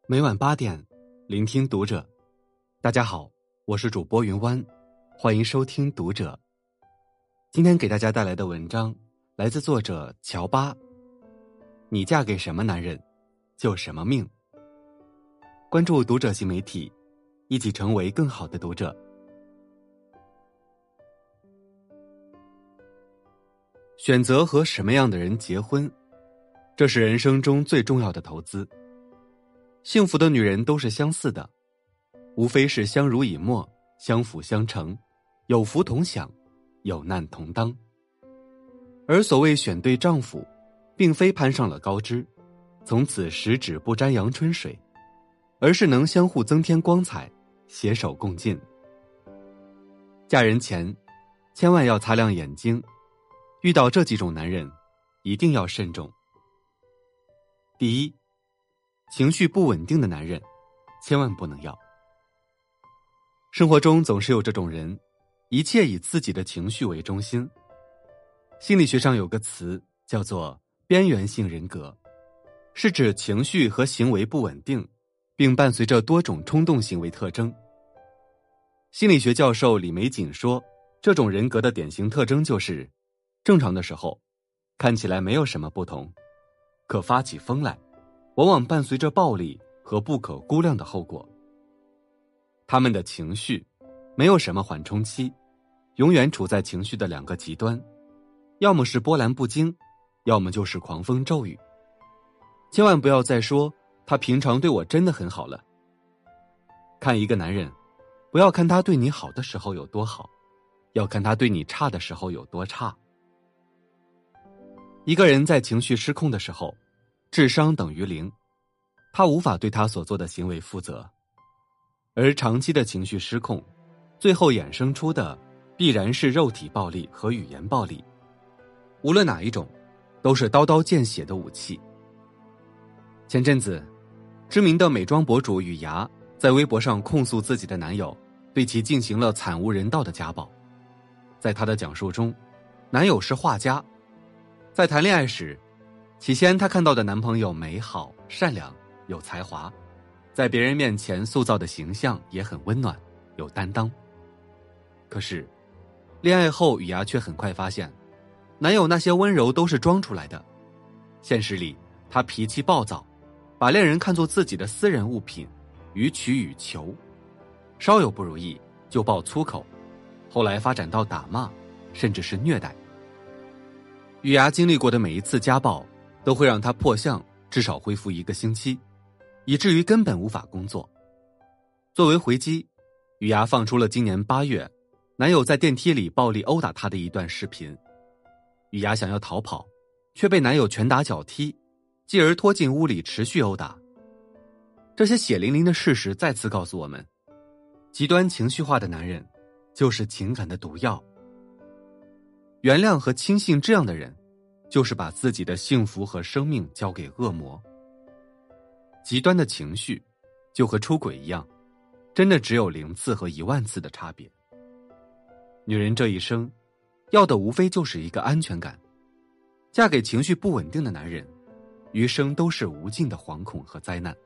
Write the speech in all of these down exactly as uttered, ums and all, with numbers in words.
每晚八点，聆听读者。大家好，我是主播云湾，欢迎收听读者。今天给大家带来的文章来自作者乔巴。你嫁给什么男人，就什么命。关注读者新媒体，一起成为更好的读者。选择和什么样的人结婚，这是人生中最重要的投资。幸福的女人都是相似的，无非是相濡以沫，相辅相成，有福同享，有难同当。而所谓选对丈夫，并非攀上了高枝，从此十指不沾阳春水，而是能相互增添光彩，携手共进。嫁人前，千万要擦亮眼睛，遇到这几种男人，一定要慎重。第一，情绪不稳定的男人，千万不能要。生活中总是有这种人，一切以自己的情绪为中心。心理学上有个词叫做边缘性人格，是指情绪和行为不稳定，并伴随着多种冲动行为特征。心理学教授李玫瑾说，这种人格的典型特征就是正常的时候看起来没有什么不同，可发起疯来往往伴随着暴力和不可估量的后果。他们的情绪没有什么缓冲期，永远处在情绪的两个极端，要么是波澜不惊，要么就是狂风骤雨。千万不要再说他平常对我真的很好了。看一个男人，不要看他对你好的时候有多好，要看他对你差的时候有多差。一个人在情绪失控的时候，智商等于零，他无法对他所做的行为负责。而长期的情绪失控，最后衍生出的必然是肉体暴力和语言暴力，无论哪一种，都是刀刀见血的武器。前阵子，知名的美妆博主雨芽在微博上控诉自己的男友对其进行了惨无人道的家暴。在她的讲述中，男友是画家，在谈恋爱时，起先她看到的男朋友美好、善良、有才华，在别人面前塑造的形象也很温暖、有担当。可是，恋爱后雨芽却很快发现，男友那些温柔都是装出来的。现实里，他脾气暴躁，把恋人看作自己的私人物品，予取予求，稍有不如意就爆粗口，后来发展到打骂，甚至是虐待。雨芽经历过的每一次家暴，都会让她破相，至少恢复一个星期，以至于根本无法工作。作为回击，雨芽放出了今年八月男友在电梯里暴力殴打她的一段视频。雨芽想要逃跑，却被男友拳打脚踢，继而拖进屋里持续殴打。这些血淋淋的事实再次告诉我们，极端情绪化的男人就是情感的毒药。原谅和轻信这样的人，就是把自己的幸福和生命交给恶魔。极端的情绪就和出轨一样，真的只有零次和一万次的差别。女人这一生要的无非就是一个安全感，嫁给情绪不稳定的男人，余生都是无尽的惶恐和灾难。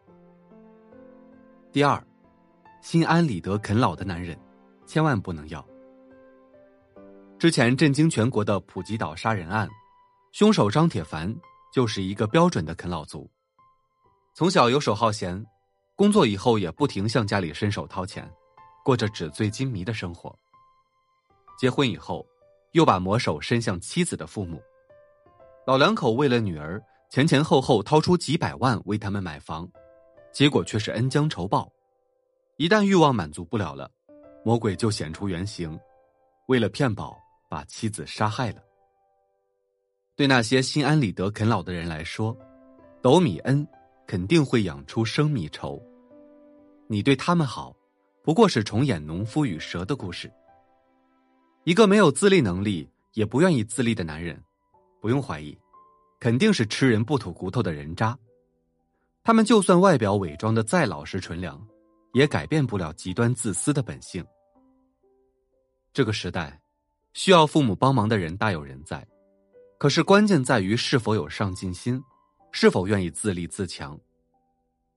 第二，心安理得啃老的男人，千万不能要。之前震惊全国的普吉岛杀人案，凶手张铁凡就是一个标准的啃老族。从小游手好闲，工作以后也不停向家里伸手掏钱，过着纸醉金迷的生活。结婚以后，又把魔手伸向妻子的父母。老两口为了女儿，前前后后掏出几百万为他们买房，结果却是恩将仇报。一旦欲望满足不了了，魔鬼就显出原形，为了骗保，把妻子杀害了。对那些心安理得啃老的人来说，斗米恩肯定会养出生米仇。你对他们好，不过是重演农夫与蛇的故事。一个没有自立能力也不愿意自立的男人，不用怀疑，肯定是吃人不吐骨头的人渣。他们就算外表伪装的再老实纯良，也改变不了极端自私的本性。这个时代，需要父母帮忙的人大有人在，可是关键在于是否有上进心，是否愿意自立自强。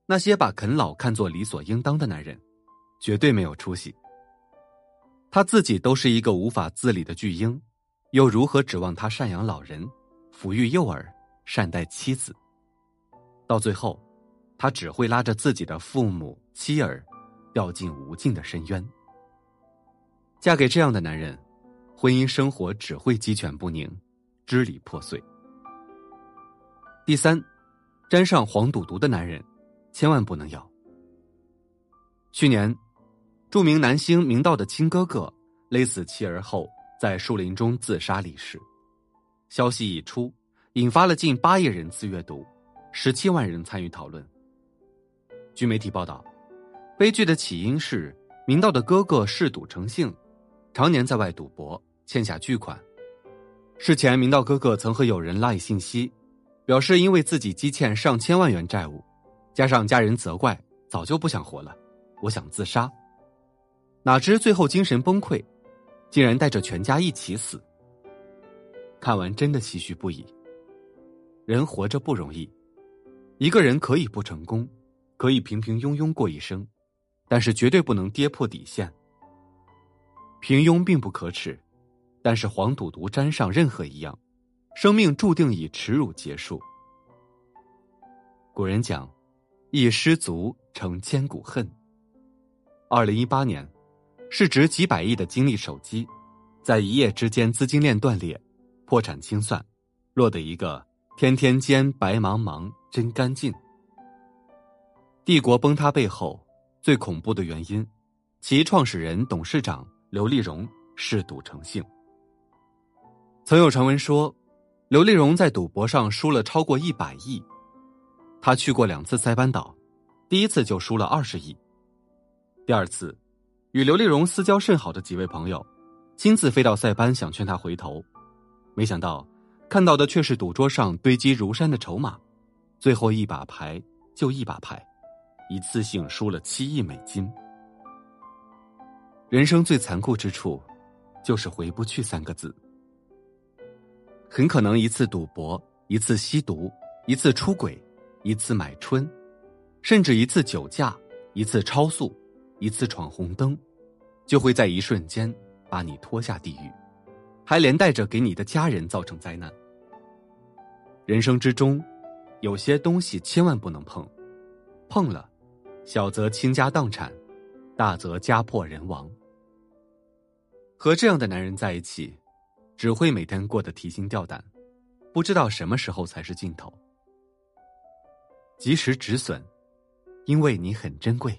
那些把啃老看作理所应当的男人，绝对没有出息。他自己都是一个无法自理的巨婴，又如何指望他赡养老人、抚育幼儿、善待妻子？到最后，他只会拉着自己的父母、妻儿，掉进无尽的深渊。嫁给这样的男人，婚姻生活只会鸡犬不宁，支离破碎。第三，沾上黄赌毒的男人，千万不能要。去年，著名男星明道的亲哥哥勒死妻儿后，在树林中自杀离世。消息一出，引发了近八亿人次阅读，十七万人参与讨论。据媒体报道，悲剧的起因是明道的哥哥嗜赌成性，常年在外赌博，欠下巨款。事前，明道哥哥曾和友人拉以信息，表示因为自己积欠上千万元债务，加上家人责怪，早就不想活了，我想自杀。哪知最后精神崩溃，竟然带着全家一起死。看完真的唏嘘不已。人活着不容易，一个人可以不成功，可以平平庸庸过一生，但是绝对不能跌破底线。平庸并不可耻，但是黄赌毒沾上任何一样，生命注定以耻辱结束。古人讲，一失足成千古恨。二零一八年，市值几百亿的金立手机，在一夜之间资金链断裂，破产清算，落得一个天天间白茫茫真干净。帝国崩塌背后最恐怖的原因，其创始人董事长刘立荣嗜赌成性。曾有传闻说，刘立荣在赌博上输了超过一百亿。他去过两次塞班岛，第一次就输了二十亿。第二次，与刘立荣私交甚好的几位朋友亲自飞到塞班想劝他回头，没想到看到的却是赌桌上堆积如山的筹码，最后一把牌就一把牌，一次性输了七亿美金。人生最残酷之处，就是回不去三个字。很可能一次赌博，一次吸毒，一次出轨，一次买春，甚至一次酒驾，一次超速，一次闯红灯，就会在一瞬间把你拖下地狱，还连带着给你的家人造成灾难。人生之中，有些东西千万不能碰，碰了，小则倾家荡产，大则家破人亡。和这样的男人在一起，只会每天过得提心吊胆，不知道什么时候才是尽头。及时止损，因为你很珍贵。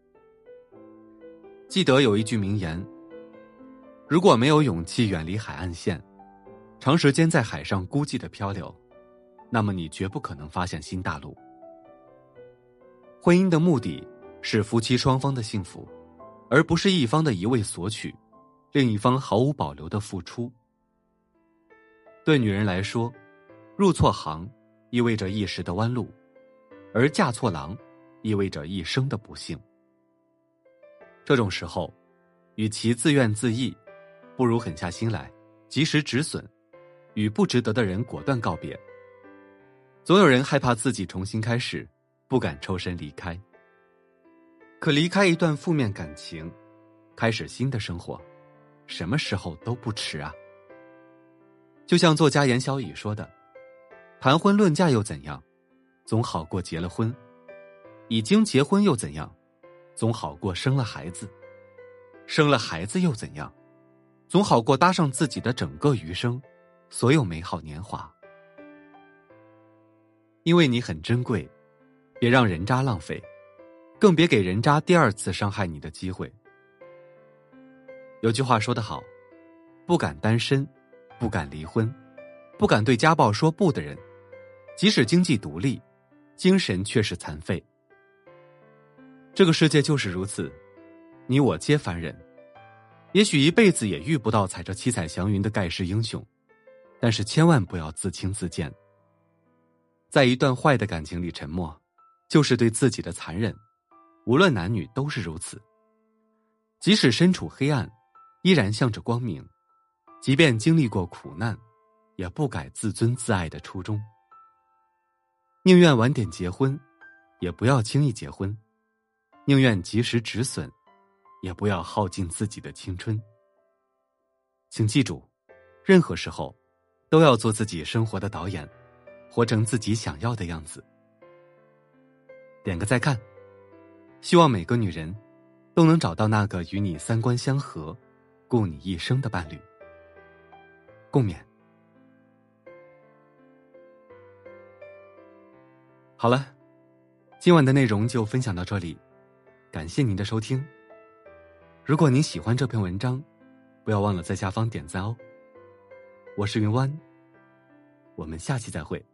记得有一句名言，如果没有勇气远离海岸线，长时间在海上孤寂的漂流，那么你绝不可能发现新大陆。婚姻的目的是夫妻双方的幸福，而不是一方的一味索取，另一方毫无保留的付出。对女人来说，入错行意味着一时的弯路，而嫁错郎意味着一生的不幸。这种时候，与其自怨自艾，不如狠下心来，及时止损，与不值得的人果断告别。总有人害怕自己重新开始，不敢抽身离开。可离开一段负面感情，开始新的生活，什么时候都不迟啊。就像作家严小乙说的，谈婚论嫁又怎样，总好过结了婚；已经结婚又怎样，总好过生了孩子；生了孩子又怎样，总好过搭上自己的整个余生，所有美好年华。因为你很珍贵，别让人渣浪费，更别给人渣第二次伤害你的机会。有句话说得好，不敢单身，不敢离婚，不敢对家暴说不的人，即使经济独立，精神却是残废。这个世界就是如此，你我皆凡人，也许一辈子也遇不到踩着七彩祥云的盖世英雄，但是千万不要自轻自贱。在一段坏的感情里沉默，就是对自己的残忍，无论男女都是如此。即使身处黑暗，依然向着光明，即便经历过苦难，也不改自尊自爱的初衷。宁愿晚点结婚， 也不要轻易结婚，宁愿及时止损，也不要耗尽自己的青春。请记住，任何时候都要做自己生活的导演，活成自己想要的样子。点个再看，希望每个女人都能找到那个与你三观相合、顾你一生的伴侣。共勉。好了，今晚的内容就分享到这里，感谢您的收听。如果您喜欢这篇文章，不要忘了在下方点赞哦。我是云湾，我们下期再会。